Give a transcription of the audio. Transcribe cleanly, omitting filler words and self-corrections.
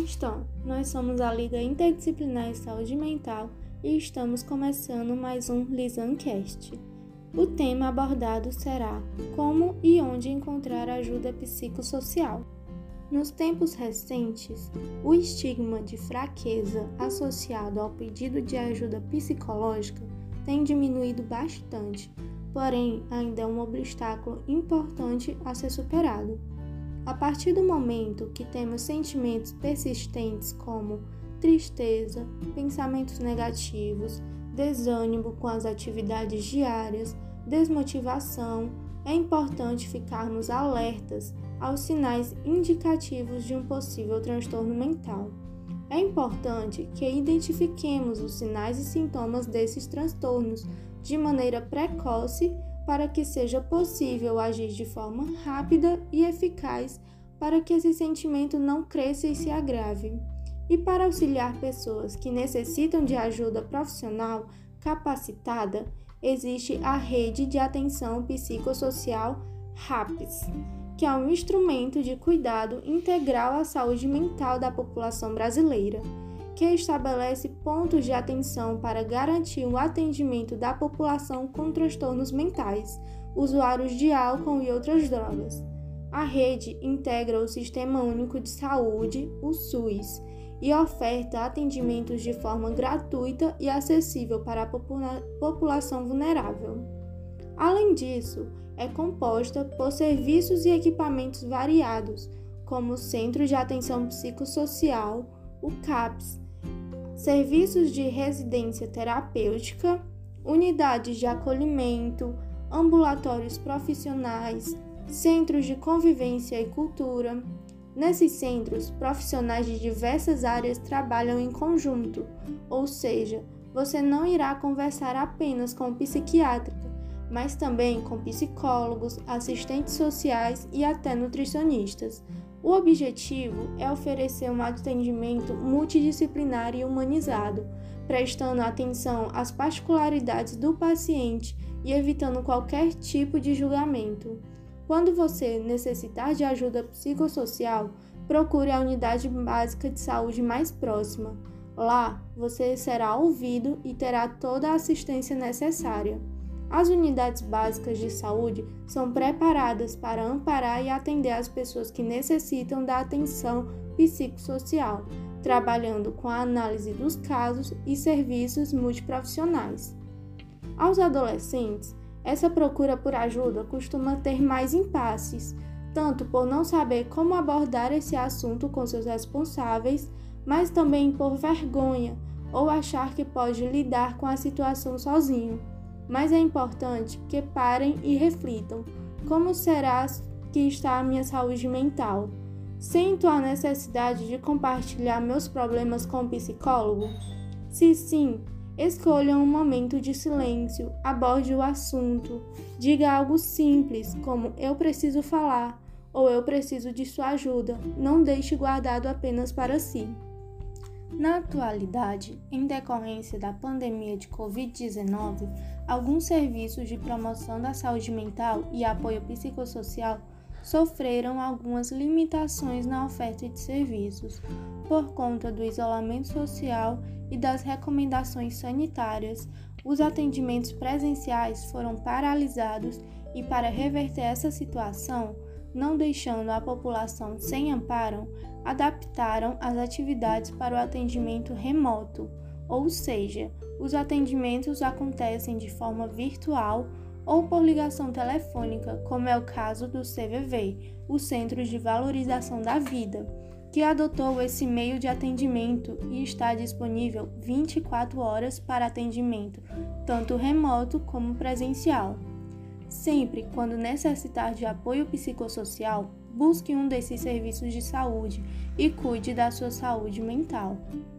estão? Nós somos a Liga Interdisciplinar de Saúde Mental e estamos começando mais um Lisancast. O tema abordado será como e onde encontrar ajuda psicossocial. Nos tempos recentes, o estigma de fraqueza associado ao pedido de ajuda psicológica tem diminuído bastante, porém ainda é um obstáculo importante a ser superado. A partir do momento que temos sentimentos persistentes como tristeza, pensamentos negativos, desânimo com as atividades diárias, desmotivação, é importante ficarmos alertas aos sinais indicativos de um possível transtorno mental. É importante que identifiquemos os sinais e sintomas desses transtornos de maneira precoce para que seja possível agir de forma rápida e eficaz para que esse sentimento não cresça e se agrave. E para auxiliar pessoas que necessitam de ajuda profissional capacitada, existe a Rede de Atenção Psicossocial RAPS, que é um instrumento de cuidado integral à saúde mental da população brasileira, que estabelece pontos de atenção para garantir o atendimento da população com transtornos mentais, usuários de álcool e outras drogas. A rede integra o Sistema Único de Saúde, o SUS, e oferta atendimentos de forma gratuita e acessível para a população vulnerável. Além disso, é composta por serviços e equipamentos variados, como o Centro de Atenção Psicossocial, o CAPS, serviços de residência terapêutica, unidades de acolhimento, ambulatórios profissionais, centros de convivência e cultura. Nesses centros, profissionais de diversas áreas trabalham em conjunto, ou seja, você não irá conversar apenas com psiquiatra, mas também com psicólogos, assistentes sociais e até nutricionistas. O objetivo é oferecer um atendimento multidisciplinar e humanizado, prestando atenção às particularidades do paciente e evitando qualquer tipo de julgamento. Quando você necessitar de ajuda psicossocial, procure a unidade básica de saúde mais próxima. Lá, você será ouvido e terá toda a assistência necessária. As unidades básicas de saúde são preparadas para amparar e atender as pessoas que necessitam da atenção psicossocial, trabalhando com a análise dos casos e serviços multiprofissionais. Aos adolescentes, essa procura por ajuda costuma ter mais impasses, tanto por não saber como abordar esse assunto com seus responsáveis, mas também por vergonha ou achar que pode lidar com a situação sozinho. Mas é importante que parem e reflitam: como será que está a minha saúde mental? Sinto a necessidade de compartilhar meus problemas com o psicólogo? Se sim, escolha um momento de silêncio, aborde o assunto, diga algo simples como "eu preciso falar" ou "eu preciso de sua ajuda", não deixe guardado apenas para si. Na atualidade, em decorrência da pandemia de Covid-19, alguns serviços de promoção da saúde mental e apoio psicossocial sofreram algumas limitações na oferta de serviços, por conta do isolamento social e das recomendações sanitárias. Os atendimentos presenciais foram paralisados e, para reverter essa situação, não deixando a população sem amparo, adaptaram as atividades para o atendimento remoto, ou seja, os atendimentos acontecem de forma virtual ou por ligação telefônica, como é o caso do CVV, o Centro de Valorização da Vida, que adotou esse meio de atendimento e está disponível 24 horas para atendimento, tanto remoto como presencial. Sempre quando necessitar de apoio psicossocial, busque um desses serviços de saúde e cuide da sua saúde mental.